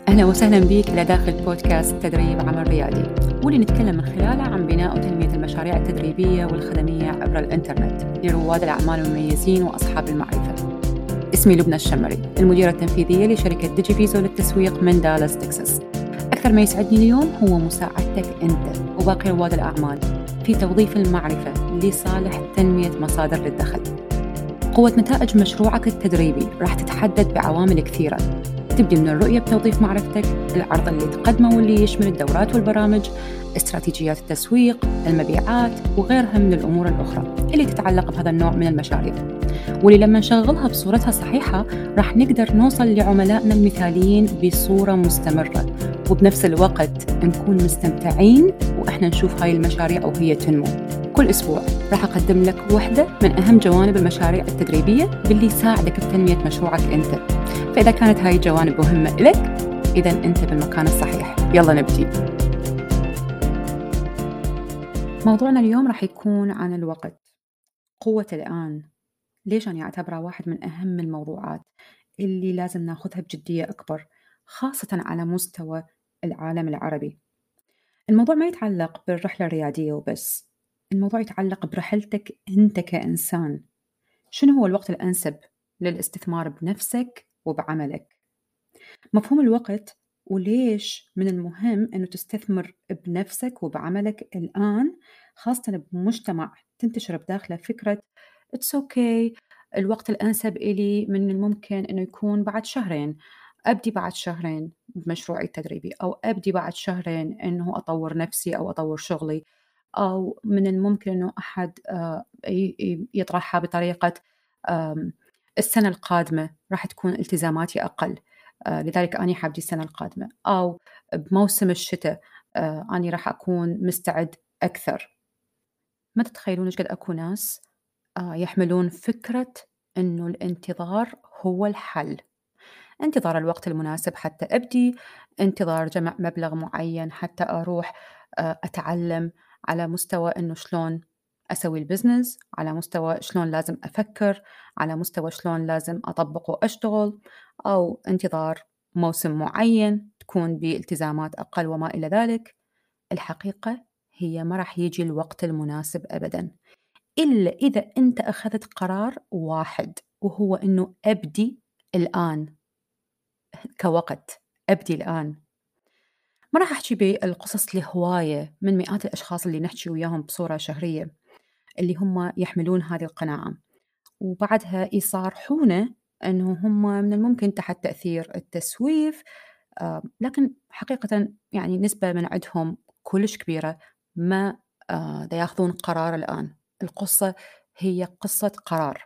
أهلا وسهلا بك إلى داخل بودكاست تدريب عمل ريادي، واللي نتكلم من خلاله عن بناء وتنمية المشاريع التدريبية والخدمية عبر الإنترنت لرواد الأعمال المميزين وأصحاب المعرفة. اسمي لبنى الشمري، المديرة التنفيذية لشركة ديجيفيزو للتسويق من دالاس تكساس. أكثر ما يسعدني اليوم هو مساعدتك أنت وباقي رواد الأعمال في توظيف المعرفة لصالح تنمية مصادر للدخل. قوة نتائج مشروعك التدريبي راح تتحدد بعوامل كثيرة، تبدي من الرؤية بتوظيف معرفتك، العرض اللي تقدمه واللي يشمل الدورات والبرامج، استراتيجيات التسويق، المبيعات وغيرها من الأمور الأخرى اللي تتعلق بهذا النوع من المشاريع، واللي لما نشغلها بصورتها الصحيحة راح نقدر نوصل لعملائنا المثاليين بصورة مستمرة، وبنفس الوقت نكون مستمتعين وإحنا نشوف هاي المشاريع وهي تنمو. كل أسبوع راح أقدم لك واحدة من أهم جوانب المشاريع التدريبية باللي يساعدك بتنمية مشروعك أنت. فإذا كانت هاي الجوانب مهمة إلك، إذن أنت بالمكان الصحيح. يلا نبدي. موضوعنا اليوم راح يكون عن الوقت، قوة الآن. ليش أنا أعتبرها واحد من أهم الموضوعات اللي لازم ناخذها بجدية أكبر، خاصة على مستوى العالم العربي. الموضوع ما يتعلق بالرحلة الريادية وبس، الموضوع يتعلق برحلتك أنت كإنسان. شنو هو الوقت الأنسب للاستثمار بنفسك وبعملك؟ مفهوم الوقت وليش من المهم أنه تستثمر بنفسك وبعملك الآن، خاصة بمجتمع تنتشر بداخله فكرة It's okay، الوقت الأنسب إلي من الممكن أنه يكون بعد شهرين، أبدي بعد شهرين بمشروعي التدريبي، أو أبدي بعد شهرين أنه أطور نفسي أو أطور شغلي، أو من الممكن أنه أحد يطرحها بطريقة السنة القادمة راح تكون التزاماتي أقل، لذلك أنا حابدي السنة القادمة، أو بموسم الشتاء أنا راح أكون مستعد أكثر. ما تتخيلون إيش قد أكو ناس يحملون فكرة إنه الانتظار هو الحل، انتظار الوقت المناسب حتى أبدي، انتظار جمع مبلغ معين حتى أروح أتعلم على مستوى إنه شلون أسوي البزنس، على مستوى شلون لازم أفكر، على مستوى شلون لازم أطبق وأشتغل، أو انتظار موسم معين تكون بالتزامات أقل وما إلى ذلك. الحقيقة هي ما راح يجي الوقت المناسب أبداً إلا إذا أنت أخذت قرار واحد، وهو إنه أبدي الآن كوقت، أبدي الآن. ما راح أحكي بالقصص الهواية من مئات الأشخاص اللي نحكي وياهم بصورة شهرية، اللي هم يحملون هذه القناعة وبعدها يصارحون أنه هم من الممكن تحت تأثير التسويف، لكن حقيقة يعني نسبة من عندهم كلش كبيرة ما دا ياخذون قرار الآن. القصة هي قصة قرار.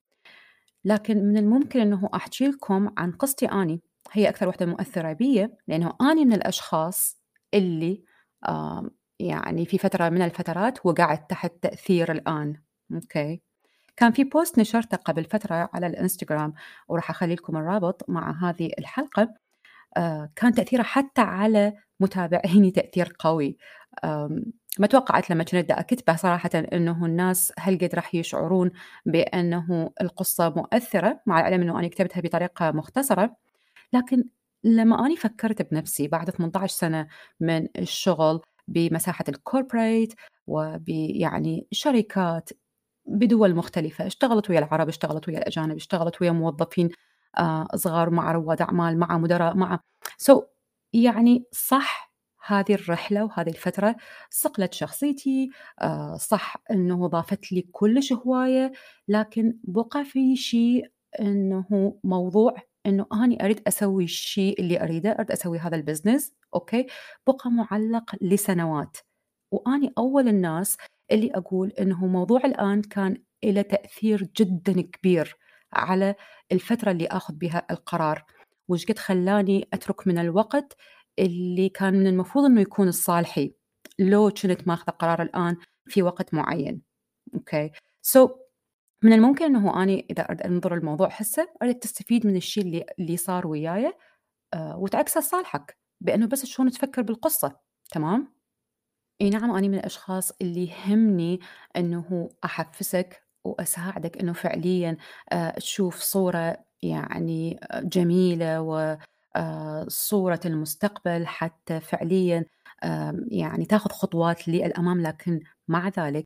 لكن من الممكن أنه أحكي لكم عن قصتي أني، هي أكثر واحدة مؤثرة بي، لأنه أني من الأشخاص اللي يعني في فترة من الفترات وقعت تحت تأثير الآن. أوكي، كان في بوست نشرته قبل فترة على الإنستغرام وراح أخلي لكم الرابط مع هذه الحلقة، كان تأثيره حتى على متابعيني تأثير قوي. ما توقعت لما كنت أكتبه صراحة أنه الناس هل قد راح يشعرون بأنه القصة مؤثرة، مع العلم أنه أنا كتبتها بطريقة مختصرة. لكن لما أنا فكرت بنفسي بعد 18 سنة من الشغل بمساحة الكوربريت وبيعني شركات بدول مختلفة، اشتغلت ويا العرب، اشتغلت ويا الأجانب، اشتغلت ويا موظفين صغار، مع رواد أعمال، مع مدراء، مع يعني صح هذه الرحلة وهذه الفترة صقلت شخصيتي، صح إنه ضافت لي كلش هواية، لكن بقى في شيء إنه موضوع إنه أني أريد أسوي الشيء اللي أريده، أريد أسوي هذا البزنس، أوكي، بقى معلق لسنوات. وأني أول الناس اللي أقول إنه موضوع الآن كان إله تأثير جدًا كبير على الفترة اللي آخذ بها القرار، وإيش قد خلاني أترك من الوقت اللي كان من المفروض إنه يكون لصالحي لو كنت ماخذة قرار الآن في وقت معين. أوكي، من الممكن إنه أني إذا أريد أنظر الموضوع هسه أريد تستفيد من الشيء اللي صار وياي، وتعكسه لصالحك بإنه بس شلون تفكر بالقصة. تمام؟ إي نعم، أنا من الأشخاص اللي يهمني إنه أحفزك وأساعدك إنه فعليًا تشوف صورة يعني جميلة صورة المستقبل حتى فعليًا يعني تاخذ خطوات للأمام، لكن مع ذلك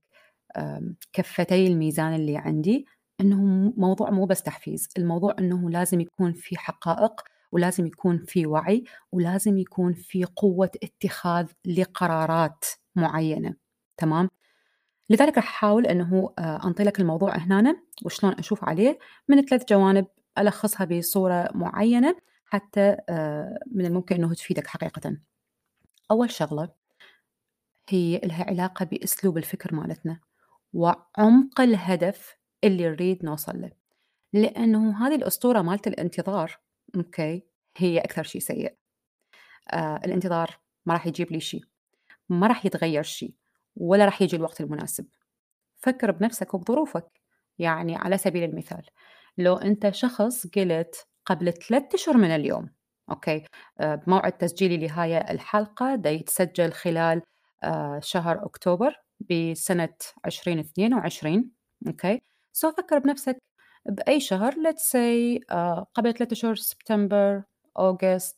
كفتي الميزان اللي عندي إنه موضوع مو بس تحفيز، الموضوع إنه لازم يكون في حقائق، ولازم يكون في وعي، ولازم يكون في قوة اتخاذ لقرارات معيّنة، تمام؟ لذلك راح أحاول إنه أنطي لك الموضوع هنا وشلون أشوف عليه من 3 جوانب، ألخصها بصورة معيّنة حتى من الممكن إنه تفيدك حقيقةً. أول شغلة هي إلها علاقة بأسلوب الفكر مالتنا، وعمق الهدف اللي نريد نوصل له، لأنه هذه الأسطورة مالة الانتظار، أوكي، هي أكثر شي سيء. الانتظار ما راح يجيب لي شي، ما راح يتغير شي، ولا راح ييجي الوقت المناسب. فكر بنفسك وبظروفك. يعني على سبيل المثال، لو أنت شخص قلت قبل 3 أشهر من اليوم، أوكي، بموعد تسجيلي لهاي الحلقة يتسجل خلال شهر أكتوبر بسنة 2022، أوكي، فكر بنفسك بأي شهر، let's say قبل 3 أشهر سبتمبر، أوغست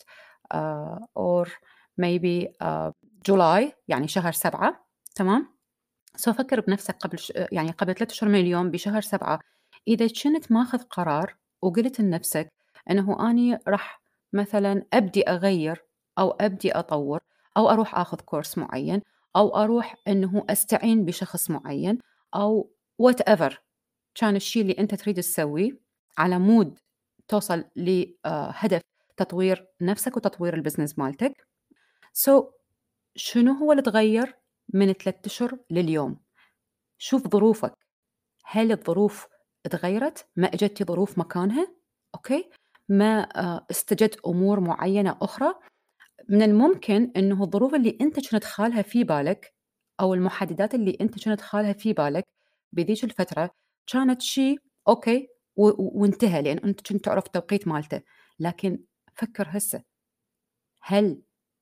or maybe جولاي، يعني شهر 7، تمام؟ فكر بنفسك يعني قبل 3 أشهر من اليوم بشهر 7، إذا كنت ماخذ قرار وقلت لنفسك إنه أني راح مثلًا أبدي أغيّر أو أبدي أطوّر أو أروح آخذ كورس معيّن أو أروح إنه أستعين بشخص معيّن أو whatever كان الشي اللي أنت تريد تسويه على مود توصل هدف تطوير نفسك وتطوير الbusiness مالتك. so شنو هو اللي اتغيّر من 3 أشهر لليوم؟ شوف ظروفك، هل الظروف اتغيرت؟ ما إجت ظروف مكانها؟ أوكي؟ ما استجد أمور معينة أخرى؟ من الممكن إنه الظروف اللي أنت كنت خالها في بالك أو المحددات اللي أنت كنت خالها في بالك بذيك الفترة كانت شيء أوكي وانتهى لأن أنت كنت تعرف التوقيت مالته، لكن فكر هسه، هل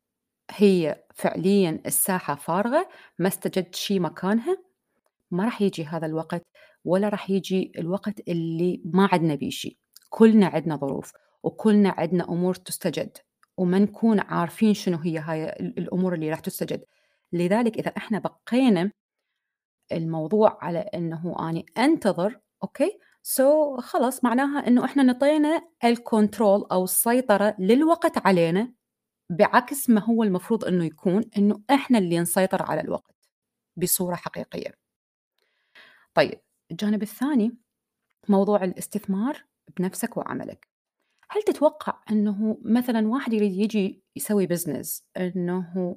هي فعليًا الساحة فارغة ما استجد شيء مكانها؟ ما راح يجي هذا الوقت ولا راح يجي الوقت اللي ما عدنا بيه شي. كلنا عدنا ظروف وكلنا عدنا أمور تستجد وما نكون عارفين شنو هي هاي الأمور اللي راح تستجد. لذلك إذا إحنا بقينا الموضوع على إنه أني أنتظر، أوكي، خلاص معناها إنه إحنا نطينا الكنترول أو السيطرة للوقت علينا، بعكس ما هو المفروض إنه يكون إنه إحنا اللي نسيطر على الوقت بصورة حقيقية. طيب، الجانب الثاني موضوع الاستثمار بنفسك وعملك. هل تتوقع أنه مثلًا واحد يريد يجي يسوي business إنه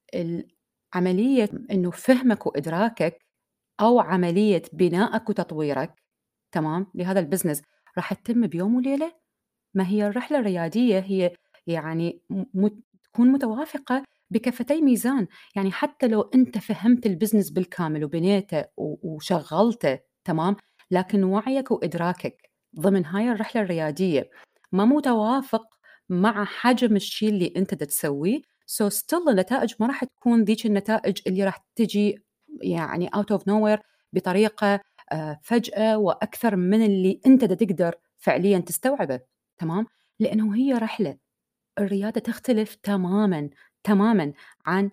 عملية إنه فهمك وإدراكك أو عملية بنائك وتطويرك، تمام، لهذا الbusiness راح تتم بيوم وليلة؟ ما هي الرحلة الريادية هي يعني تكون متوافقة بكفتي ميزان، يعني حتى لو أنت فهمت البزنس بالكامل وبنيته وشغّلته، تمام، لكن وعيك وإدراكك ضمن هاي الرحلة الريادية ما متوافق مع حجم الشي اللي أنت تسويه، still النتائج ما راح تكون ذيك النتائج اللي راح تجي يعني out of nowhere بطريقة فجأة وأكثر من اللي أنت تقدر فعليًا تستوعبه. تمام؟ لأنه هي رحلة، الريادة تختلف تمامًا، تمامًا عن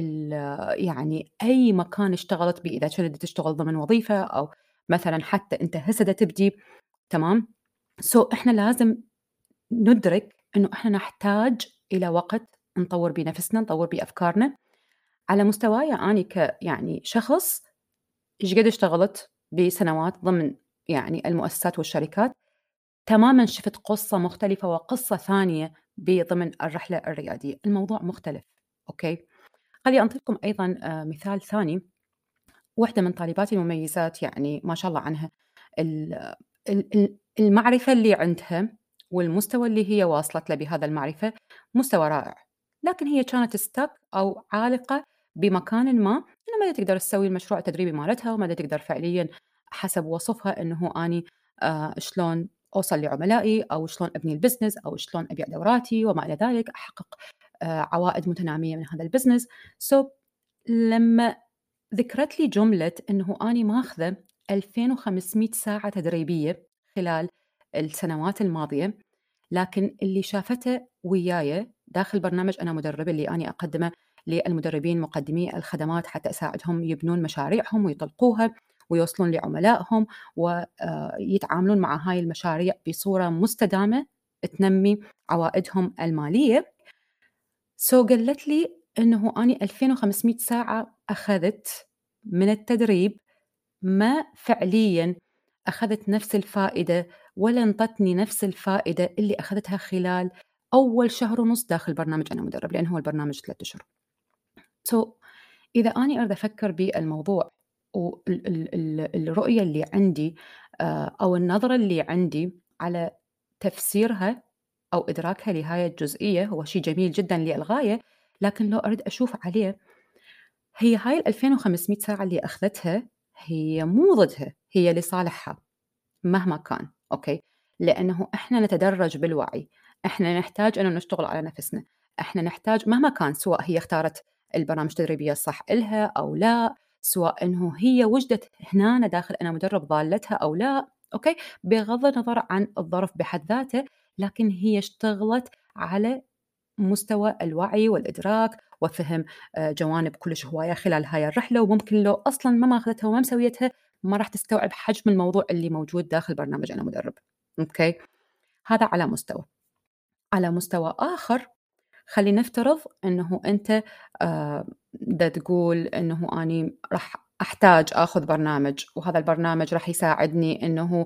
يعني أي مكان اشتغلت بيه، إذا كنت تشتغل ضمن وظيفة أو مثلًا حتى أنت هسه تبدي، تمام؟ إحنا لازم ندرك إنه إحنا نحتاج إلى وقت نطوّر بيه نفسنا، نطوّر بيه أفكارنا. على مستواي أني يعني شخص إيش قد اشتغلت بسنوات ضمن يعني المؤسسات والشركات، تمامًا شِفت قصة مختلفة وقصة ثانية ضمن الرحلة الريادية، الموضوع مختلف، أوكي؟ خلّيني أنطيكم أيضًا مثال ثاني. واحدة من طالباتي المميزات يعني ما شاء الله عنها، ال المعرفة اللي عندها والمستوى اللي هي واصلت له بهذا المعرفة مستوى رائع، لكن هي كانت stuck أو عالقة بمكانٍ ما، إنه ما تقدر تسوي المشروع التدريبي مالتها وما تقدر فعليًا حسب وصفها إنه أني شلون أوصل لعملائي أو شلون أبني الbusiness أو شلون أبيع دوراتي وما إلى ذلك، أحقق عوائد متنامية من هذا الbusiness. لمّا ذكرت لي جملة إنه أني ماخذة 2500 ساعة تدريبية خلال السنوات الماضية، لكن اللي شافته وياي داخل برنامج أنا مدرب اللي أنا أقدمه للمدربين مقدمي الخدمات حتى أساعدهم يبنون مشاريعهم ويطلقوها ويوصلون لعملائهم ويتعاملون مع هاي المشاريع بصورة مستدامة تنمي عوائدهم المالية. قالت لي إنه أنا 2500 ساعة أخذت من التدريب، ما فعليا أخذت نفس الفائدة ولا انطتني نفس الفائدة اللي أخذتها خلال أول شهر ونص داخل برنامج أنا مدرب، لأن هو البرنامج 3 أشهر. إذا أنا أريد أفكر بالموضوع الرؤية اللي عندي أو النظرة اللي عندي على تفسيرها أو إدراكها لهاي الجزئية هو شيء جميل جدا للغاية، لكن لو أريد أشوف عليه هي هاي 2500 ساعة اللي أخذتها هي مو ضدها، هي لصالحها مهما كان، أوكي؟ لأنه إحنا نتدرج بالوعي، إحنا نحتاج إنه نشتغل على نفسنا، إحنا نحتاج مهما كان سواء هي اختارت البرامج التدريبية الصح إلها أو لا، سواء إنه هي وجدت هنا داخل أنا مدرب ضالتها أو لا، أوكي؟ بغض النظر عن الظرف بحد ذاته، لكن هي اشتغلت على مستوى الوعي والإدراك وفهم جوانب كلش هواية خلال هاي الرحلة، وممكن لو أصلا ما أخذتها وما مسويتها ما راح تستوعب حجم الموضوع اللي موجود داخل برنامج أنا مدرب. أوكي، هذا على مستوى. على مستوى آخر خلينا نفترض أنه أنت دا تقول أنه أني راح أحتاج أخذ برنامج، وهذا البرنامج راح يساعدني أنه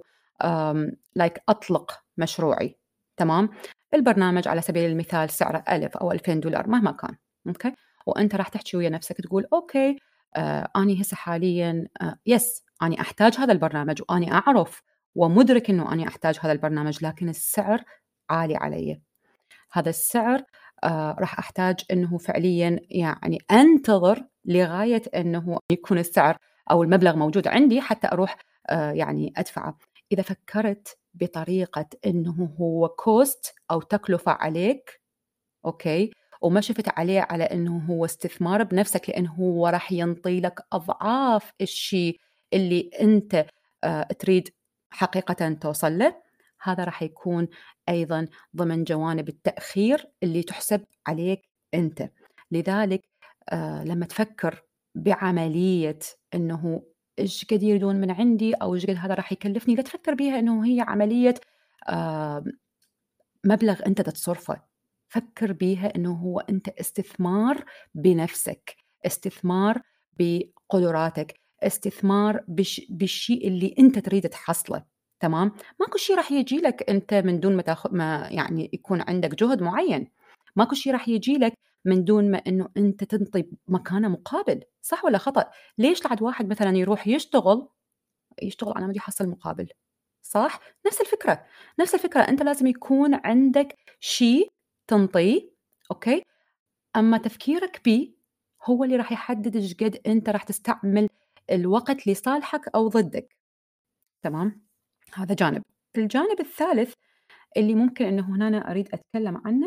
أطلق مشروعي. تمام، البرنامج على سبيل المثال سعره 1000 أو 2000 دولار مهما كان. أوكي، وأنت راح تحكي ويا نفسك تقول أوكي أني هسه حاليا يس أني أحتاج هذا البرنامج وأني أعرف ومدرك أنه أني أحتاج هذا البرنامج، لكن السعر عالي علي. هذا السعر راح أحتاج أنه فعليا يعني أنتظر لغاية أنه يكون السعر أو المبلغ موجود عندي حتى أروح يعني أدفعه. إذا فكرت بطريقة أنه هو كوست أو تكلفة عليك، أوكي، وما شفت عليه على أنه هو استثمار بنفسك، لأنه هو راح ينطي لك أضعاف الشيء اللي أنت تريد حقيقة توصل له، هذا راح يكون أيضا ضمن جوانب التأخير اللي تحسب عليك أنت. لذلك لما تفكر بعملية أنه إيش قد يريدون من عندي أو إيش قد هذا راح يكلفني، لا تفكر بيها أنه هي عملية آه مبلغ أنت تصرفه، فكر بيها أنه هو أنت استثمار بنفسك، استثمار بقدراتك، استثمار بالشيء اللي أنت تريد تحصله. تمام، ماكو شيء راح يجي لك أنت من دون ما يعني يكون عندك جهد معين، ماكو شيء راح يجي لك من دون ما أنه أنت تنطي مكانه مقابل. صح ولا خطأ؟ ليش لعد واحد مثلا يروح يشتغل على مود يحصل مقابل؟ صح؟ نفس الفكرة، نفس الفكرة، أنت لازم يكون عندك شيء تنطيه، أوكي؟ أما تفكيرك بيه هو اللي راح يحدد إيش قد أنت راح تستعمل الوقت لصالحك أو ضدك. تمام؟ هذا جانب. الجانب الثالث اللي ممكن إنه هنا أنا أريد أتكلم عنه،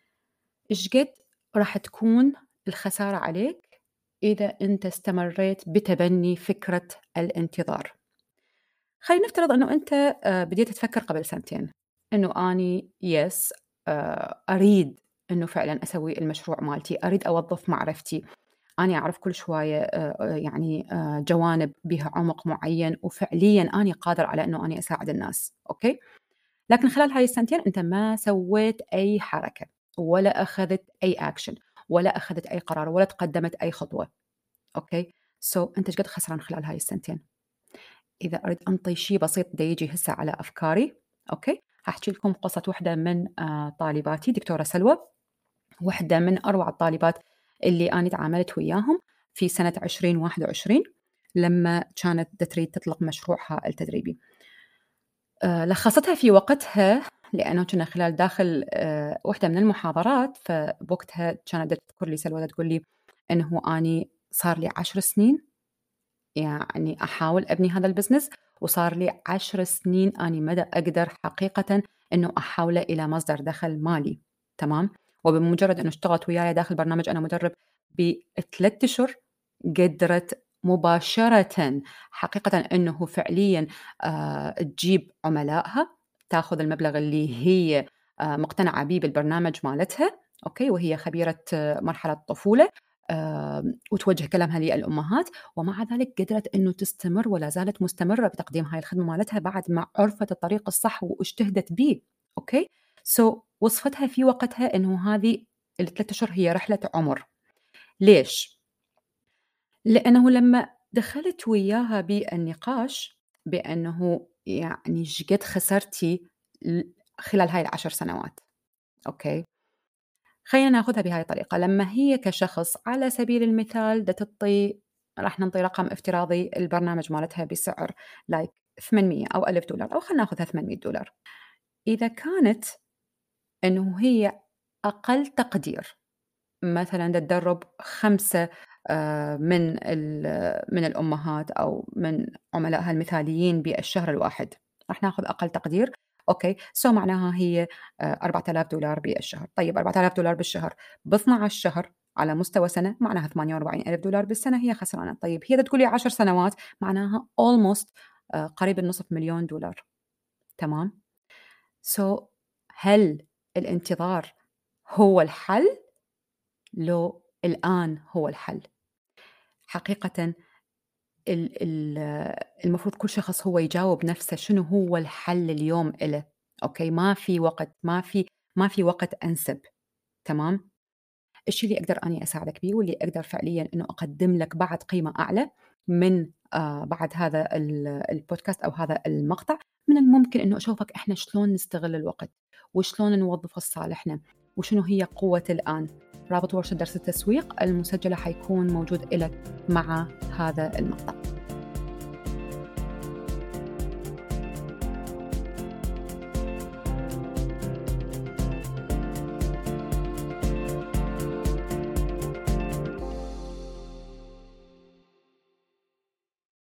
إيش قد راح تكون الخسارة عليك إذا أنت استمريت بتبني فكرة الانتظار. خلينا نفترض إنه أنت بديت تفكر قبل سنتين إنه أني يس أريد إنه فعلًا أسوي المشروع مالتي، أريد أوظّف معرفتي، أني أعرف كل شوية يعني جوانب بيها عمق معين، وفعليًا أني قادر على إنه أني أساعد الناس، أوكي؟ لكن خلال هاي السنتين أنت ما سويت أي حركة، ولا أخذت أي action، ولا أخذت أي قرار، ولا تقدمت أي خطوة، أوكي؟ أنت إيش قد خسران خلال هاي السنتين؟ إذا أريد أنطي شيء بسيط دا يجي هسه على أفكاري، أوكي، هاحكي لكم قصة وحدة من طالباتي دكتورة سلوى، وحدة من أروع الطالبات اللي أنا تعاملت وياهم في سنة 2021 لما كانت دا تريد تطلق مشروعها التدريبي. لخصتها في وقتها لأنه كنا خلال داخل وحدة من المحاضرات، فبوقتها كانت دا تذكر لي سلوى تقول لي إنه أني صار لي 10 سنين يعني أحاول أبني هذا البزنس، وصار لي 10 سنين أني ما أقدر حقيقة إنه أحوله إلى مصدر دخل مالي. تمام، وبمجرد إنه اشتغلت وياي داخل برنامج أنا مدرب ب3 أشهر قدرت مباشرة حقيقة إنه فعليا تجيب عملائها، تاخذ المبلغ اللي هي مقتنعة بيه بالبرنامج مالتها، أوكي، وهي خبيرة مرحلة الطفولة، وتوجه كلامها للأمهات، ومع ذلك قدرت إنه تستمر ولا زالت مستمرة بتقديم هاي الخدمة مالتها بعد ما عرفت الطريق الصح واجتهدت بيه، أوكي. وصفتها في وقتها إنه هذه ال3 أشهر هي رحلة عمر. ليش؟ لأنه لمّا دخلت وياها بالنقاش بأنه يعني إيش قد خسرتِ ل خلال هاي ال10 سنوات، أوكي؟ خلّينا ناخدها بهاي الطريقة، لمّا هي كشخص على سبيل المثال راح ننطي رقم افتراضي، البرنامج مالتها بسعر like 800 أو $1000 أو خلّينا ناخدها $800. إذا كانت إنه هي أقل تقدير مثلًا تدرّب 5 من الأمهات أو من عملائها المثاليين بالشهر الواحد، راح ناخذ أقل تقدير، أوكي، معناها هي $4000 بالشهر. طيب $4000 بالشهر ب12 شهر على مستوى سنة معناها $48,000 بالسنة هي خسرانة. طيب هي تقول لي 10 سنوات معناها almost قريب النصف مليون دولار، تمام؟ so هل الانتظار هو الحل؟ لو الآن هو الحل. حقيقةً ال المفروض كل شخص هو يجاوب نفسه شنو هو الحل اليوم إله، أوكي، ما في وقت، ما في وقت أنسب، تمام؟ الشي اللي أقدر أني أساعدك بيه واللي أقدر فعليًا إنه أقدم لك بعد قيمة أعلى من بعد هذا البودكاست أو هذا المقطع، من الممكن إنه أشوفك إحنا شلون نستغل الوقت، وشلون نوظفه لصالحنا، وشنو هي قوة الآن. رابط ورشة درس التسويق المسجلة حيكون موجود إلك مع هذا المقطع.